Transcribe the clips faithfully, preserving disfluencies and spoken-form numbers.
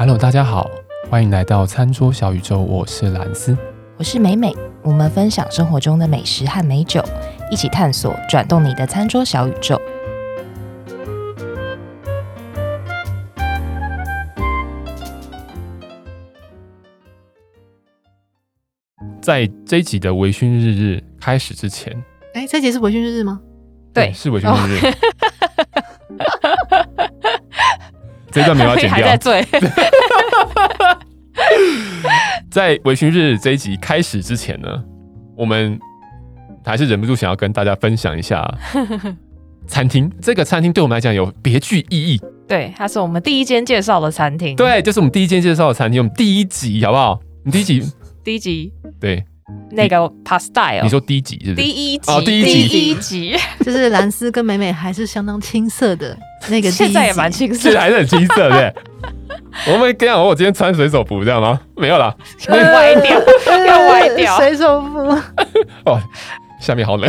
Hello， 大家好，欢迎来到餐桌小宇宙，我是蓝斯， 我是美美。我们分享生活中的美食和美酒，一起探索转动你的餐桌小宇宙。 在这一集的微醺日日开始之前， 哎，这集是微醺日日吗？ 对， 是微醺日日。这一段没有要剪掉， 还在醉。 在微醺日这一集开始之前呢，我们还是忍不住想要跟大家分享一下餐厅。这个餐厅对我们来讲有别具意义。 对，它是我们第一间介绍的餐厅。 对，就是我们第一间介绍的餐厅，我们第一集好不好？你第一集， 第一集， 对， 那个 Pastyle， 你说第一集是不是？ 第一集， 哦，第一集， 第一集， 就是蓝斯跟美美还是相当青涩的那个第一集， 现在也蛮青涩现在还是很青涩，对。我们跟你讲，我今天穿水手服这样吗？没有啦， 要歪掉，要歪掉， 水手服。 哦，下面好冷，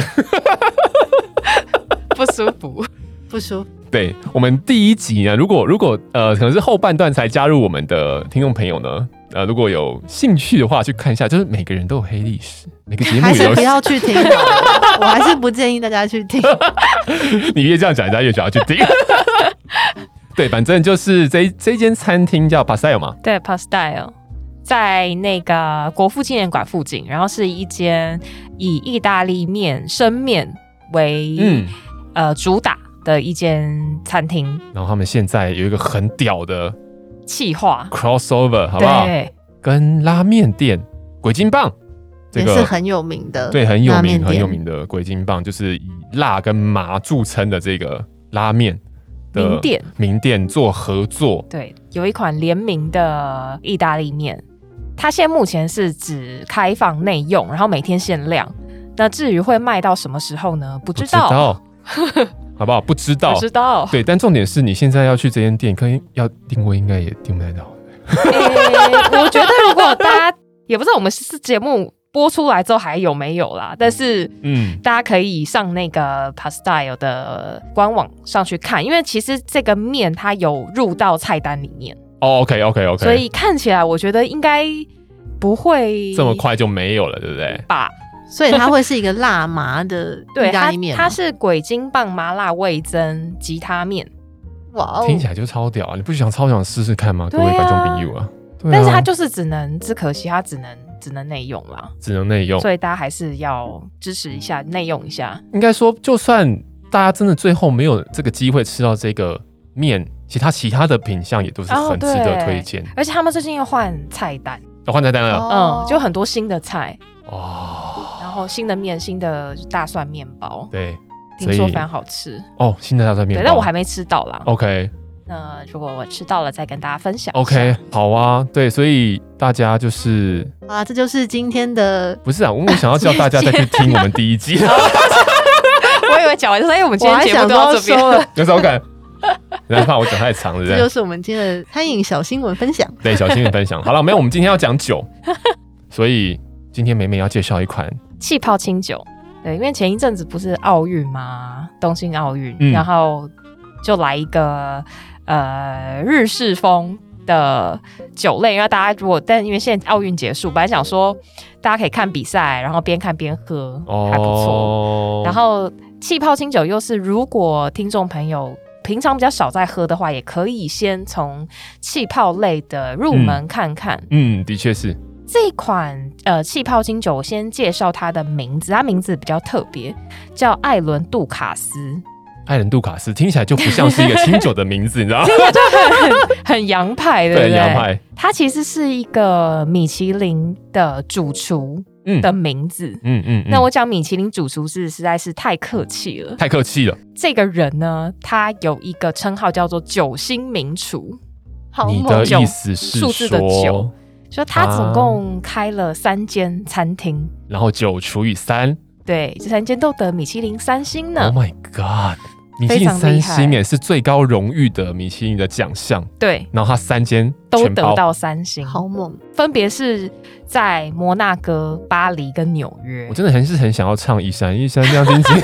不舒服， 不舒服。 对，我们第一集呢，如果如果呃可能是后半段才加入我们的听众朋友呢，呃如果有兴趣的话，去看一下，就是每个人都有黑历史，每个节目还是也有。 不要去听好了，我还是不建议大家去听。 你越这样讲，人家越想要去听。对，反正就是这这间餐厅叫 Pastyle 嘛， 对 Pastyle， 在那个国父纪念馆附近，然后是一间以意大利面生面为、嗯、呃主打的一间餐厅。 然后他们现在有一个很屌的企划 crossover， 好不好？ 对， 跟拉面店鬼金棒。这个、 也是很有名的， 对，很有名很有名的鬼金棒，就是以辣跟麻著称的这个拉面的名店， 名店做合作。 对，有一款联名的意大利面，它现在目前是只开放内用，然后每天限量。那至于会卖到什么时候呢？不知道， 不知道好不好？不知道， 不知道。 对，但重点是你现在要去这间店，可能要定位，应该也定不太到。 欸、我觉得如果大家也不知道我们是节目播出来之后还有没有啦，但是嗯，大家可以上那个 Pastyle 的官网上去看，因为其实这个面它有入到菜单里面。 哦 ，OK OK OK， 所以看起来我觉得应该不会这么快就没有了，对不对？ 吧？ 所以它会是一个辣麻的意大利面， 它, 它是鬼金棒麻辣味增吉他面。 哇、哦， 听起来就超屌啊！你不想超想试试看吗？各位观众朋友啊！ 啊但是它就是只能，只可惜它只能只能内用啦， 只能内用， 所以大家还是要支持一下，内用一下。 应该说，就算大家真的最后没有这个机会吃到这个面，其他其他的品项也都是很值得推荐、哦。 而且他们最近又换菜单， 要、哦、换菜单了， 嗯，就很多新的菜哦， 然后新的面，新的大蒜面包， 对， 听说非常好吃哦， 新的大蒜面包， 对，但我还没吃到啦。 OK。 那如果我吃到了，再跟大家分享。 OK， 好啊，对，所以大家就是啊，这就是今天的， 不是啊，我想要叫大家再去听我们第一集。 我以为讲完就说，哎，我们今天节目都到这边了， 有什么感？人家怕我讲太长了， 这就是我们今天的餐饮小新闻分享。 对，小新闻分享。好了，没有，我们今天要讲酒，所以今天美美要介绍一款气泡清酒。对，因为前一阵子不是奥运吗？东京奥运、嗯，然后就来一个。呃，日式风的酒类，因为大家如果，但因为现在奥运结束，本来想说大家可以看比赛，然后边看边喝，哦、还不错。然后气泡清酒又是，如果听众朋友平常比较少在喝的话，也可以先从气泡类的入门看看。 嗯，嗯的确是。 这一款呃气泡清酒，我先介绍它的名字，它名字比较特别，叫艾伦杜卡斯。 艾伦杜卡斯听起来就不像是一个清酒的名字，你知道吗？ 听起来就很很洋派，对不对？ 洋派。 它其实是一个米其林的主厨的名字。嗯嗯, 嗯。那我讲米其林主厨是实在是太客气了， 太客气了。 这个人呢，他有一个称号叫做九星名厨。 好，你的意思是说，数字的九，说他总共开了三间餐厅，啊、 然后九除以三， 对，这三间都得米其林三星呢。 Oh my god！米其林三星也是最高荣誉的米其林的奖项， 对， 然后他三间都得到三星， 好猛！ 分别是在摩纳哥、巴黎跟纽约。 我真的很是很想要唱一闪一闪亮晶晶，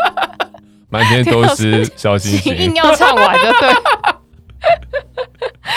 满天都是小星星， 硬要唱完就对。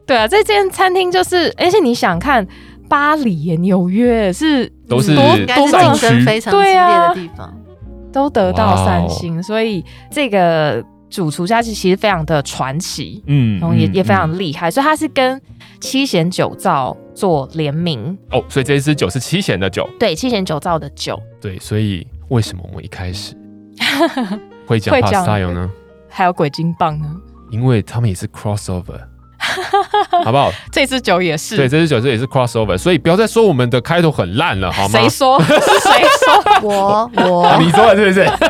对啊，这间餐厅就是，而且你想看巴黎耶、纽约是都是应该是竞争非常激烈的地方， 都得到三星， wow 所以这个主厨家其实非常的传奇，嗯，然后也、嗯、也非常厉害，所以他是跟七贤酒造做联名哦，所以这一支酒是七贤的酒， 对，七贤酒造的酒， 对，所以为什么我们一开始会讲 Hardstyle 呢？ 还有鬼金棒呢？ 因为他们也是 crossover， 好不好？ 这支酒也是， 对，这支酒这也是 crossover， 所以不要再说我们的开头很烂了，好吗？ 谁说？是谁说？ 我我、 啊、你说的是不是？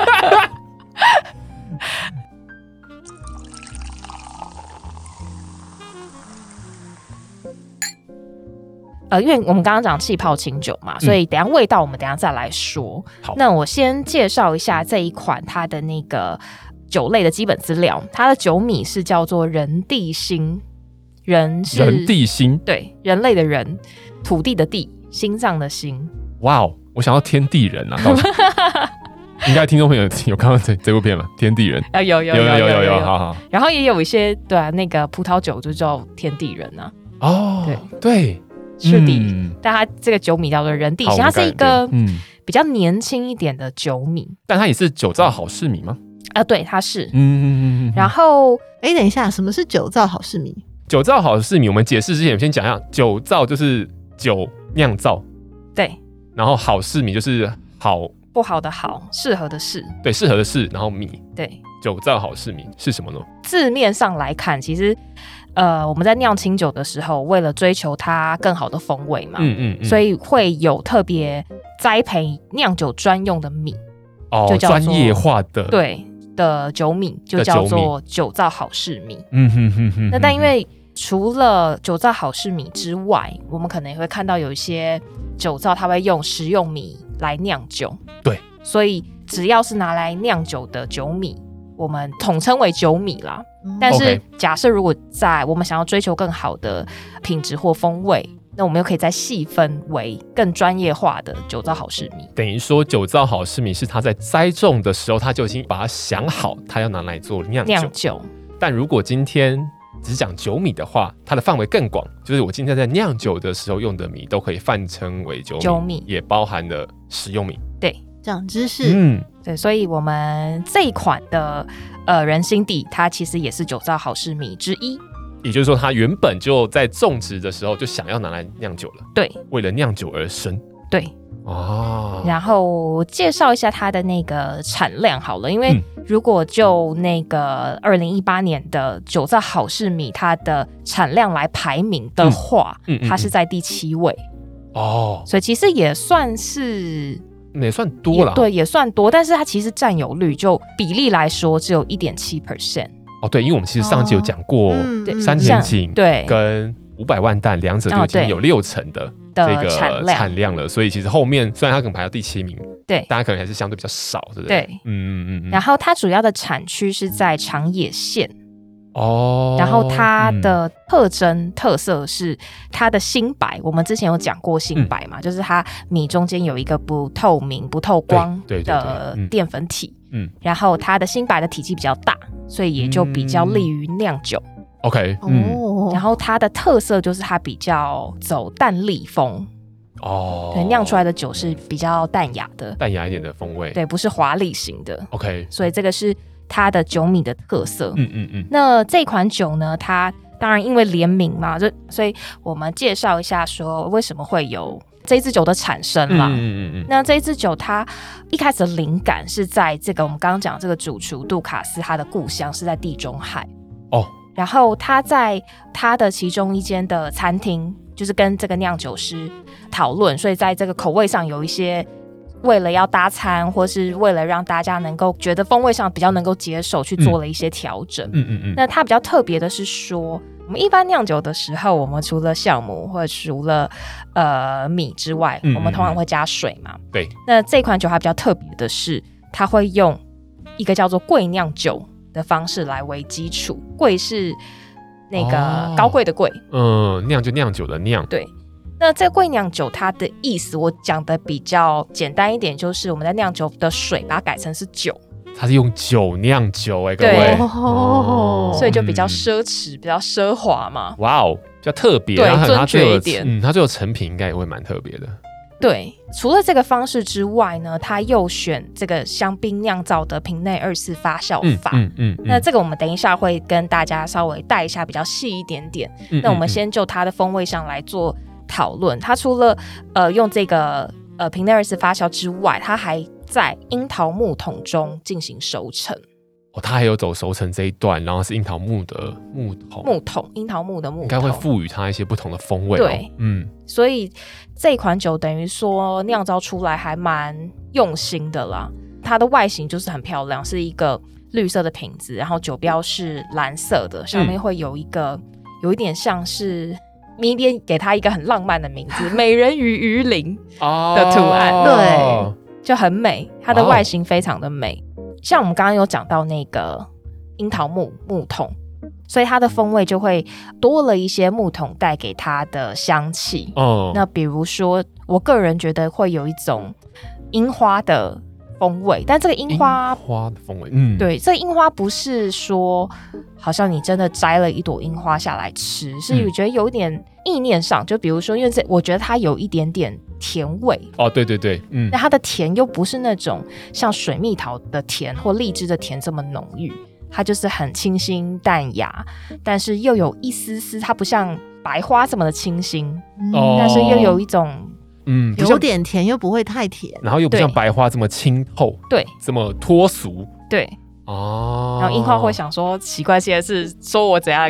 呃，因为我们刚刚讲气泡清酒嘛，所以等一下味道我们等一下再来说。好，那我先介绍一下这一款它的那个酒类的基本资料。它的酒米是叫做人地心，人是人地心， 对，人类的人，土地的地，心脏的心。 哇哦，我想要天地人啊！到时应该听众朋友有看到 这, 这部片吗？天地人啊，有有有有有有有， 好好。 然后也有一些对啊，那个葡萄酒就叫天地人啊。 哦，对对。 是的、嗯，但它这个酒米叫做人地心，它是一个比较年轻一点的酒米， 但它也是酒造好柿米吗？ 啊，对，它是。嗯嗯嗯。然后，哎，等一下，什么是酒造好柿米？ 酒造好柿米，我们解释之前先讲一下，酒造就是酒酿造， 对。 然后好柿米就是好不好的好，适合的适， 对，适合的适，然后米， 对。 酒造好柿米是什么呢？ 字面上来看，其实。呃，我们在酿清酒的时候，为了追求它更好的风味嘛，嗯嗯嗯，所以会有特别栽培酿酒专用的米， 哦，就叫做专业化的对的酒米，就叫做酒造好柿米。嗯哼哼哼。那但因为除了酒造好柿米之外，我们可能也会看到有一些酒造它会用食用米来酿酒， 对， 所以只要是拿来酿酒的酒米，我们统称为酒米啦。但是假设如果在我们想要追求更好的品质或风味，那我们又可以再细分为更专业化的酒造好柿米。 等于说酒造好柿米是他在栽种的时候他就已经把它想好，他要拿来做酿酒。 酿酒。 但如果今天只讲酒米的话，它的范围更广，就是我今天在酿酒的时候用的米都可以泛称为酒米， 酒米也包含了食用米。 对， 长知识。 嗯，对，所以我们这一款的呃人心底，它其实也是酒造好柿米之一。 也就是说，它原本就在种植的时候就想要拿来酿酒了。 对， 为了酿酒而生。 对。哦。然后介绍一下它的那个产量好了，因为如果就那个二零一八年的酒造好柿米它的产量来排名的话，嗯嗯嗯嗯、它是在第七位。哦。所以其实也算是。 也算多了， 对，也算多，但是它其实占有率就比例来说只有 百分之一点七。 哦，对，因为我们其实上集有讲过山田锦对跟五百万担两者就已经有六成的这个产量了，所以其实后面虽然它可能排到第七名， 对， 大家可能还是相对比较少，对不对？对，嗯嗯嗯。然后它主要的产区是在长野县。哦，然后它的特征、嗯、特色是它的新白，我们之前有讲过新白嘛，嗯、就是它米中间有一个不透明、不透光的淀粉体，嗯，然后它的新白的体积比较大，所以也就比较利于酿酒。 嗯、OK， 嗯， 然后它的特色就是它比较走淡丽风。哦，对，酿出来的酒是比较淡雅的， 淡雅一点的风味， 对，不是华丽型的。 OK， 所以这个是。它的酒米的特色，嗯嗯嗯。那这款酒呢，它当然因为联名嘛，就所以我们介绍一下说为什么会有这一支酒的产生啦。嗯嗯嗯。那这一支酒它一开始的灵感是在这个我们刚刚讲这个主厨杜卡斯他的故乡是在地中海哦，然后他在他的其中一间的餐厅就是跟这个酿酒师讨论，所以在这个口味上有一些。为了要搭餐，或是为了让大家能够觉得风味上比较能够接受，去做了一些调整。嗯嗯嗯。那它比较特别的是说，我们一般酿酒的时候，我们除了酵母或者除了呃米之外，嗯嗯嗯我们通常会加水嘛。 对。 那这款酒它比较特别的是，它会用一个叫做贵酿酒的方式来为基础，贵是那个高贵的贵， 哦、嗯，酿就酿酒的酿， 对。那这贵酿酒它的意思我讲的比较简单一点，就是我们在酿酒的水把它改成是酒， 它是用酒酿酒哎、欸，各位， 哦， 所以就比较奢侈，比较奢华嘛。 哇哦，比较特别， 对， 然后它最后尊爵一点。 嗯，它最后成品应该也会蛮特别的。 对，除了这个方式之外呢，他又选这个香槟酿造的瓶内二次发酵法。 嗯嗯嗯、 那这个我们等一下会跟大家稍微带一下，比较细一点点。嗯、那我们先就它的风味上来做讨论。它除了呃用这个呃瓶内二次发酵之外，它还在樱桃木桶中进行熟成。 哦，它还有走熟成这一段，然后是樱桃木的木桶， 木桶，樱桃木的木桶， 应该会赋予它一些不同的风味、哦。 对， 嗯， 所以这款酒等于说酿造出来还蛮用心的啦。它的外形就是很漂亮，是一个绿色的瓶子，然后酒标是蓝色的，上面会有一个、嗯、有一点像是迷恋给它一个很浪漫的名字，美人鱼鱼鳞的图案， 哦、 对，就很美，它的外形非常的美。像我们刚刚有讲到那个樱桃木木桶，所以它的风味就会多了一些木桶带给它的香气。哦，那比如说，我个人觉得会有一种樱花的风味，但这个樱花樱花的风味，嗯， 对，这个樱花不是说好像你真的摘了一朵樱花下来吃，是我觉得有一点意念上，就比如说，因为这我觉得它有一点点甜味。 哦，对对对，嗯， 那它的甜又不是那种像水蜜桃的甜或荔枝的甜这么浓郁，它就是很清新淡雅，但是又有一丝丝，它不像白花这么的清新，嗯、但是又有一种嗯有点甜又不会太甜， 然后又不像白花这么清透， 对， 这么脱俗， 对。 哦， 然后樱花会想说，奇怪，现在是说我怎样？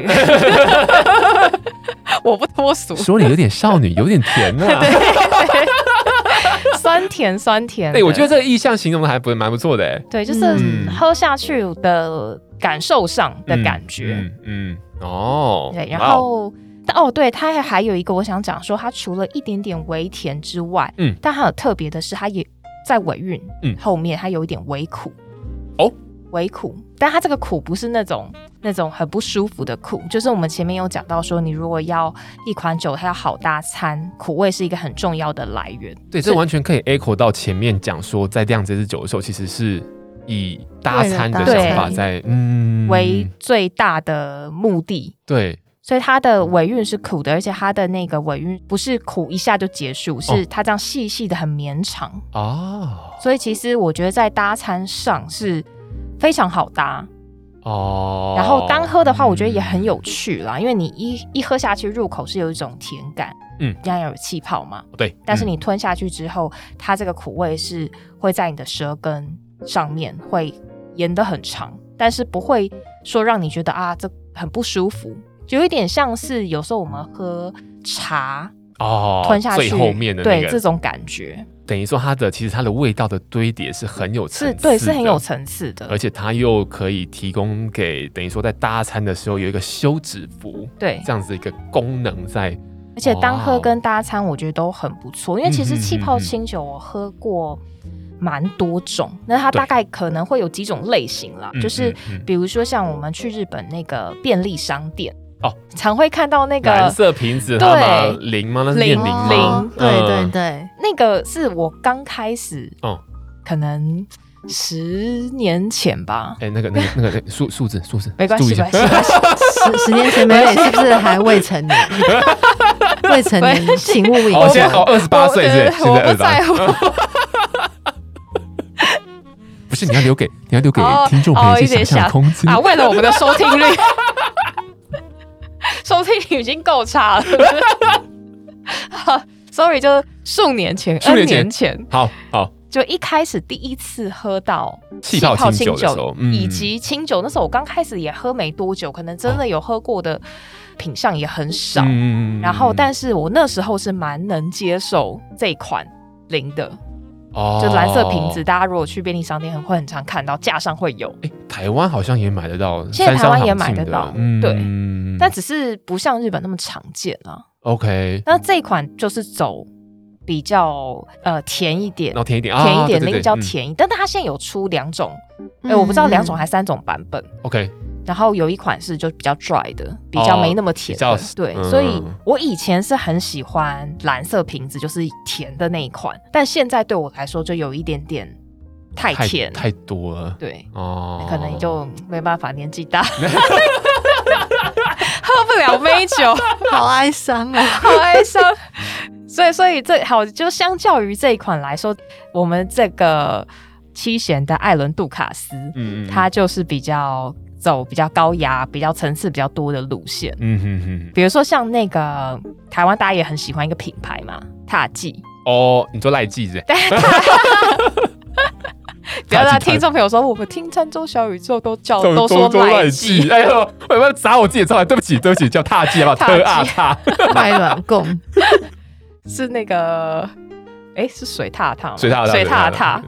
我不脱俗， 说你有点少女，有点甜啊， 对对酸甜酸甜。 哎、欸，我觉得这个意象形容的还不蛮不错的哎。 对，就是喝下去的感受上的感觉。嗯 嗯, 嗯哦， 对，然后。哦，对，它还有一个我想讲说，它除了一点点微甜之外，嗯，但它有特别的是，它也在尾韵后面，它有一点微苦哦， 微苦，但它这个苦不是那种那种很不舒服的苦，就是我们前面有讲到说，你如果要一款酒，它要好搭餐，苦味是一个很重要的来源。 对，这完全可以 echo 到前面讲说，在酿这支酒的时候，其实是以搭餐的想法在嗯为最大的目的。 对。 所以它的尾韵是苦的，而且它的那个尾韵不是苦一下就结束，是它这样细细的很绵长哦。所以其实我觉得在搭餐上是非常好搭哦。然后单喝的话，我觉得也很有趣啦，嗯、因为你一一喝下去入口是有一种甜感，嗯，这样有气泡嘛， 对。 但是你吞下去之后，它这个苦味是会在你的舌根上面会延得很长，但是不会说让你觉得啊这很不舒服。就有一点像是有时候我们喝茶哦，吞下去最后面的那个对这种感觉， 等于说它的其实它的味道的堆叠是很有层次的， 是对，是很有层次的， 而且它又可以提供给等于说在搭餐的时候有一个休止符， 对这样子一个功能在， 而且单喝跟搭餐我觉得都很不错，因为其实气泡清酒我喝过蛮多种，那它大概可能会有几种类型啦，就是比如说像我们去日本那个便利商店。哦，常会看到那个蓝色瓶子，它吗？零吗？那是念零吗？ 零， 对对对， 那个是我刚开始，哦，可能十年前吧。 哎，那个、那个、那个数数字、数字， 没关系，没关系。 十十年前，美美是不是还未成年？未成年，请勿引。 哦，现在哦，二十八岁是， 我不在乎。 不是，你要留给你要留给听众朋友一些想象空间啊！为了我们的收听率。收听率已经够差了，sorry， 就是数年前， 数年前， 年前好好， 就一开始第一次喝到气泡清酒的时候， 嗯、以及清酒，那时候我刚开始也喝没多久，可能真的有喝过的品项也很少，嗯、然后，但是我那时候是蛮能接受这一款零的。哦，就蓝色瓶子，大家如果去便利商店会很常看到，架上会有。 欸、台湾好像也买得到， 现在台湾也买得到， 嗯、 对，但只是不像日本那么常见啊。 OK， 那这一款就是走比较呃甜一点， 然后甜一点， 甜一点， 那个叫甜一，但是它现在有出两种，哎、欸，我不知道两种还三种版本。 OK。 然后有一款是就比较 dry 的，比较没那么甜的，哦、对、嗯，所以我以前是很喜欢蓝色瓶子，就是甜的那一款，但现在对我来说就有一点点太甜太多了， 对哦， 可能就没办法，年纪大喝不了美酒， 好哀伤啊， 好哀伤。所以，所以这好，就相较于这一款来说，我们这个七贤的艾伦杜卡斯，嗯嗯，它就是比较走比较高雅、比较层次比较多的路线。嗯哼哼，比如说像那个台湾大家也很喜欢一个品牌嘛，踏迹。 哦，你说赖记是？ 对。不要让听众朋友说，我们听儋州小宇宙都叫都说赖记。 哎呦，我要砸我自己的招牌，对不起，对不起，叫踏迹好不好？特啊踏， 卖卵供是那个，哎，是水踏踏吗？ 水踏踏， 水踏踏。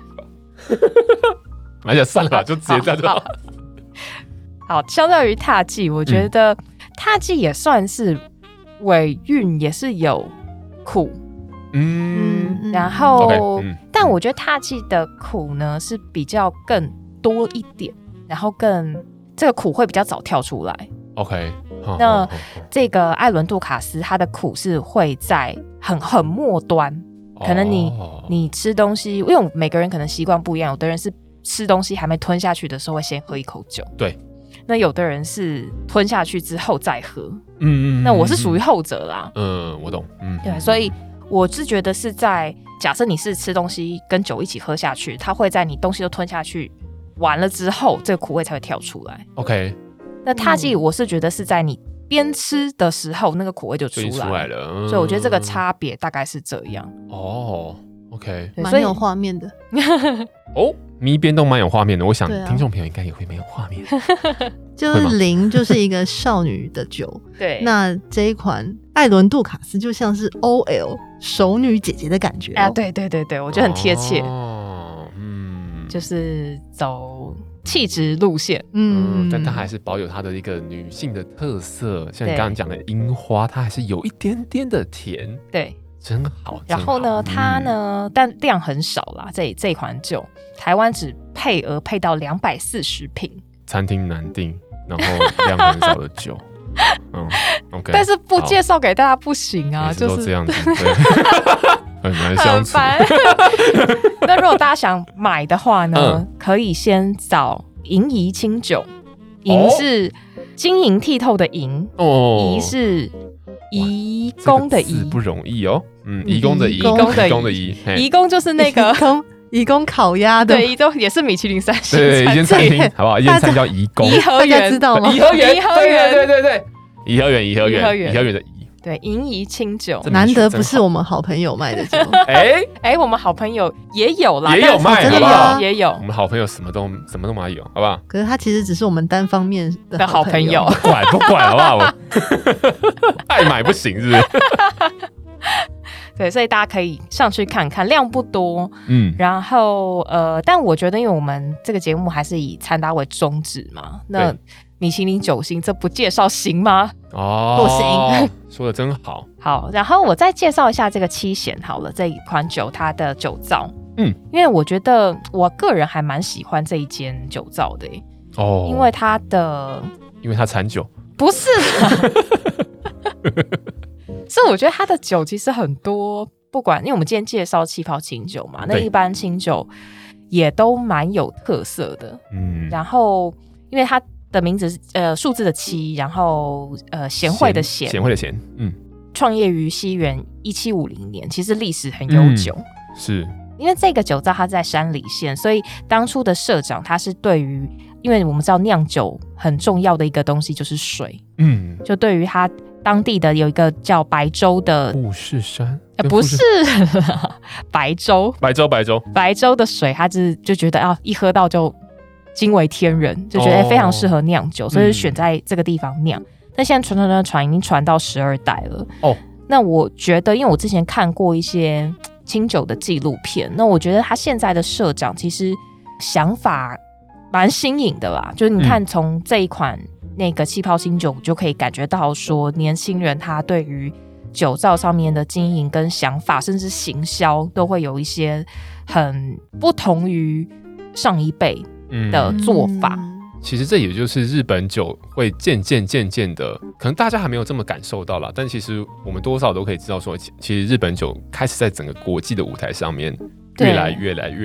而且算了吧，就直接这样就好。 好，相较于踏迹，我觉得踏迹也算是尾韵，也是有苦。嗯，然后， okay, 嗯、但我觉得踏迹的苦呢是比较更多一点，然后更这个苦会比较早跳出来。 OK， 那这个艾伦杜卡斯它的苦是会在很很末端，可能你、哦、你吃东西，因为每个人可能习惯不一样，有的人是吃东西还没吞下去的时候会先喝一口酒， 对， 那有的人是吞下去之后再喝，嗯嗯，那我是属于后者啦， 嗯，我懂，嗯， 对，所以。我是觉得是在假设你是吃东西跟酒一起喝下去，它会在你东西都吞下去完了之后，这个苦味才会跳出来。 OK， 那踏迹我是觉得是在你边吃的时候，那个苦味就出来 了, 出来了、嗯， 所以我觉得这个差别大概是这样。 哦 ，OK， 蛮有画面的。 哦，咪边都蛮有画面的，我想听众朋友应该也会没有画面。 就是零就是一个少女的酒， 对， 那这一款艾伦杜卡斯就像是 O L 熟女姐姐的感觉、哦、 啊，对对对对，我觉得很贴切，哦，嗯，就是走气质路线， 嗯，但她还是保有她的一个女性的特色，像你刚刚讲的樱花，它还是有一点点的甜， 对。 真好， 然后呢，它呢、嗯，但量很少啦。这这款酒，台湾只配额配到两百四十瓶， 餐厅难订，然后量很少的酒，嗯 ，OK。 但是不介绍给大家不行啊，就是这样子，对很难相处。 那如果大家想买的话呢，嗯、可以先找银怡清酒，银是晶莹剔透的银，哦，怡是。移工的移、 这个、不容易哦，嗯，移工的移，移工的移， 移工就是那个移工烤鸭的， 对，移工也是米其林三星， 对，一间餐厅好不好？一间餐厅叫移工， 颐和园知道吗？ 颐和园，颐和园，对对对，颐和园，颐和园，颐和园的颐， 对，银怡清酒， 难得不是我们好朋友卖的酒， 哎哎，我们好朋友也有啦， 也有卖， 真的有，也有， 我们好朋友什么都什么都买有，好不好？ 可是他其实只是我们单方面的好朋友， 不管不管，好不好？爱买不行，是不是？ 对，所以大家可以上去看看，量不多，嗯，然后呃，但我觉得，因为我们这个节目还是以餐搭为宗旨嘛，那米其林九星这不介绍行吗？ 哦， 不行， 说的真好。 好，然后我再介绍一下这个七贤好了，这一款酒它的酒造，嗯，因为我觉得我个人还蛮喜欢这一间酒造的，哦，因为它的， 因为它产酒， 不是啦。所以我觉得它的酒其实很多，不管因为我们今天介绍气泡清酒嘛，那一般清酒也都蛮有特色的。嗯，然后因为它的名字是呃数字的七，然后呃贤惠的贤， 贤惠的贤，嗯，创业于西元一七五零年，其实历史很悠久。嗯、 是因为这个酒造它在山梨县，所以当初的社长他是对于，因为我们知道酿酒很重要的一个东西就是水，嗯，就对于他。当地的有一个叫白州的富士山， 呃、不是白州， 白州，白州， 白州的水，他就就觉得啊，一喝到就惊为天人，就觉得、哦欸、非常适合酿酒，所以选在这个地方酿。但、嗯、现在传传传传已经传到十二代了。哦，那我觉得，因为我之前看过一些清酒的纪录片，那我觉得他现在的社长其实想法蛮新颖的啦，就是你看从这一款。嗯那个气泡清酒就可以感觉到说，年轻人他对于酒造上面的经营跟想法，甚至行销，都会有一些很不同于上一辈的做法。嗯、 其实这也就是日本酒会渐渐渐渐的，可能大家还没有这么感受到啦，但其实我们多少都可以知道说，其实日本酒开始在整个国际的舞台上面越来越来越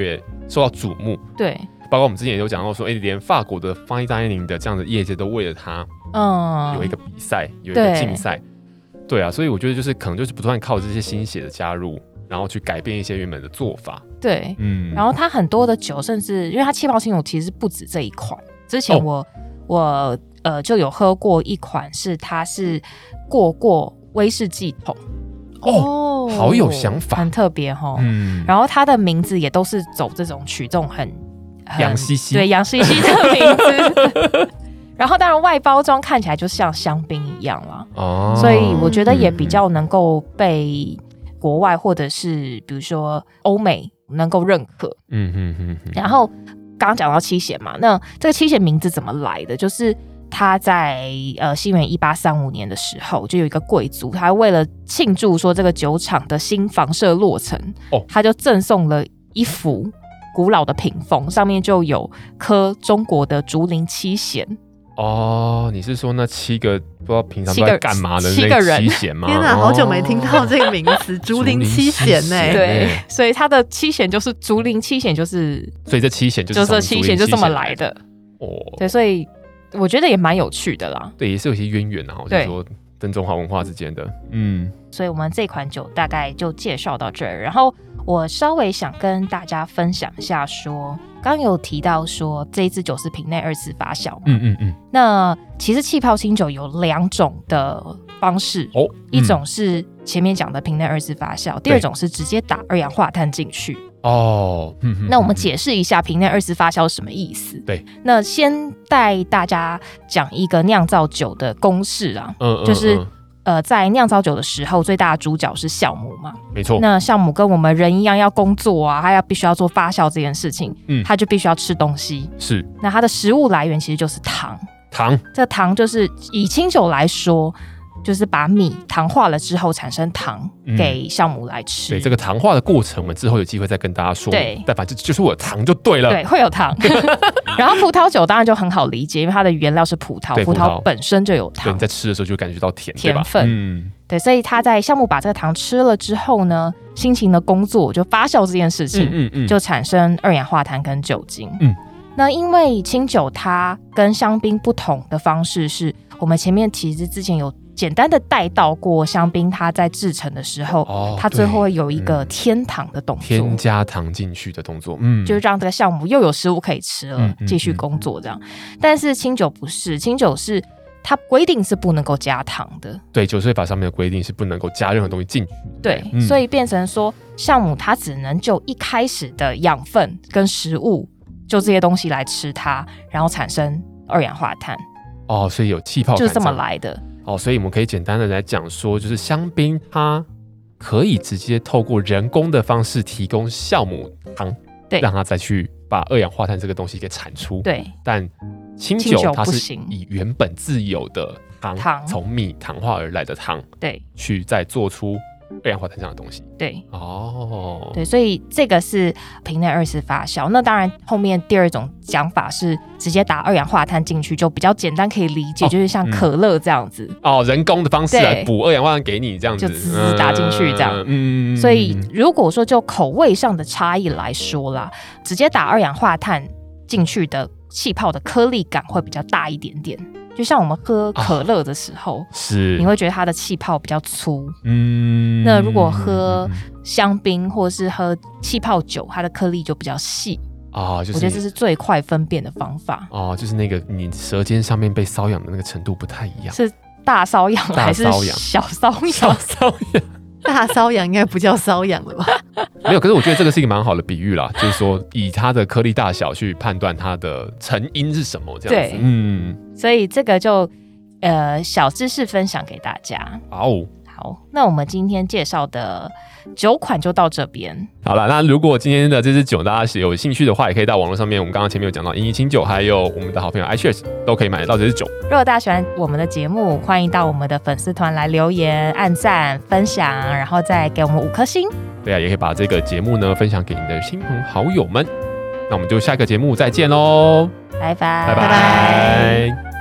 受到瞩目。 对， 包括我们之前也有讲到说，哎、欸，连法国的 fine dining 的这样的业界都为了它，嗯，有一个比赛，有一个竞赛。对啊，所以我觉得就是可能就是不断靠这些新血的加入，然后去改变一些原本的做法。 对，嗯，然后它很多的酒，甚至因为它气泡清酒其实不止这一款。之前我、哦、我呃就有喝过一款是它是过过威士忌桶。 哦，好有想法， 很特别齁。嗯，然后它的名字也都是走这种取这种很洋西西， 对，洋西西的名字。然后当然外包装看起来就像香槟一样啦，哦，所以我觉得也比较能够被国外或者是比如说欧美能够认可。嗯嗯嗯。然后刚刚讲到七贤嘛，那这个七贤名字怎么来的？就是他在呃西元一八三五年的时候，就有一个贵族，他为了庆祝说这个酒厂的新房舍落成，哦，他就赠送了一幅古老的屏风，上面就有刻中国的竹林七贤。 哦，你是说那七个不知道平常都在干嘛的那个七贤吗？ 天哪，好久没听到这个名词，竹林七贤哎， 对，所以他的七贤就是竹林七贤，就是所以这七贤就是就是七贤就这么来的哦。对，所以我觉得也蛮有趣的啦。 对，也是有些渊源啊，我就说跟中华文化之间的，嗯。 所以我们这款酒大概就介绍到这儿，然后我稍微想跟大家分享一下说。刚有提到说这一支酒是瓶内二次发酵嘛，嗯嗯嗯。那其实气泡清酒有两种的方式，哦，嗯、一种是前面讲的瓶内二次发酵，第二种是直接打二氧化碳进去。哦，嗯哼。那我们解释一下瓶内二次发酵是什么意思？ 对。 那先带大家讲一个酿造酒的公式啊，嗯嗯嗯，就是。呃，在酿造酒的时候，最大的主角是酵母嘛， 没错。 那酵母跟我们人一样要工作啊，它要必须要做发酵这件事情，嗯，它就必须要吃东西。 是， 那它的食物来源其实就是糖。 糖， 这糖就是以清酒来说，就是把米糖化了之后产生糖给酵母来吃。 对，这个糖化的过程，我们之后有机会再跟大家说。对，但反正就是我有糖就对了。 对，会有糖。然后葡萄酒当然就很好理解，因为它的原料是葡萄，葡萄本身就有糖。 对，你在吃的时候就感觉到甜， 甜分。嗯，对，所以它在酵母把这个糖吃了之后呢，辛勤的工作就发酵这件事情，嗯嗯嗯，就产生二氧化碳跟酒精。嗯，那因为清酒它跟香槟不同的方式是，我们前面其实之前有简单的带到过香槟，它在制成的时候，哦、它最后会有一个添糖的动作， 添加糖进去的动作，嗯， 就让这个酵母又有食物可以吃了，嗯、继续工作这样。嗯嗯、但是清酒不是，清酒是它规定是不能够加糖的， 对，酒税法上面的规定是不能够加任何东西进去， 对，嗯、所以变成说酵母它只能就一开始的养分跟食物，就这些东西来吃它，然后产生二氧化碳。 哦，所以有气泡， 就是这么来的。 哦，所以我们可以简单的来讲说，就是香槟它可以直接透过人工的方式提供酵母糖，对，让它再去把二氧化碳这个东西给产出。 对， 但清酒它是以原本自有的糖，从米糖化而来的糖， 对， 去再做出二氧化碳这样的东西。 对，哦，对，所以这个是瓶内二次发酵。那当然，后面第二种讲法是直接打二氧化碳进去，就比较简单可以理解，哦、就是像可乐这样子。 哦，人工的方式来补二氧化碳给你，这样子就滋打进去这样。嗯，所以如果说就口味上的差异来说啦，直接打二氧化碳进去的气泡的颗粒感会比较大一点点。就像我们喝可乐的时候，啊、是你会觉得它的气泡比较粗，嗯，那如果喝香槟或是喝气泡酒，它的颗粒就比较细啊，就是我觉得这是最快分辨的方法哦，就是那个你舌尖上面被瘙痒的那个程度不太一样， 是大瘙痒还是小瘙痒？ 小瘙痒。 大瘙痒应该不叫瘙痒了吧？ 没有，可是我觉得这个是一个蛮好的比喻啦，就是说以它的颗粒大小去判断它的成因是什么，这样子。对，嗯， 所以这个就呃小知识分享给大家。 好， 好，那我们今天介绍的酒款就到这边。 好了，那如果今天的这支酒大家有兴趣的话，也可以到网络上面，我们刚刚前面有讲到银翼清酒，还有我们的好朋友 iCheers 都可以买得到这支酒。 如果大家喜欢我们的节目，欢迎到我们的粉丝团来留言、按赞、分享，然后再给我们五颗星。 对啊，也可以把这个节目呢分享给你的亲朋好友们。那我们就下个节目再见喽， 拜拜， 拜拜。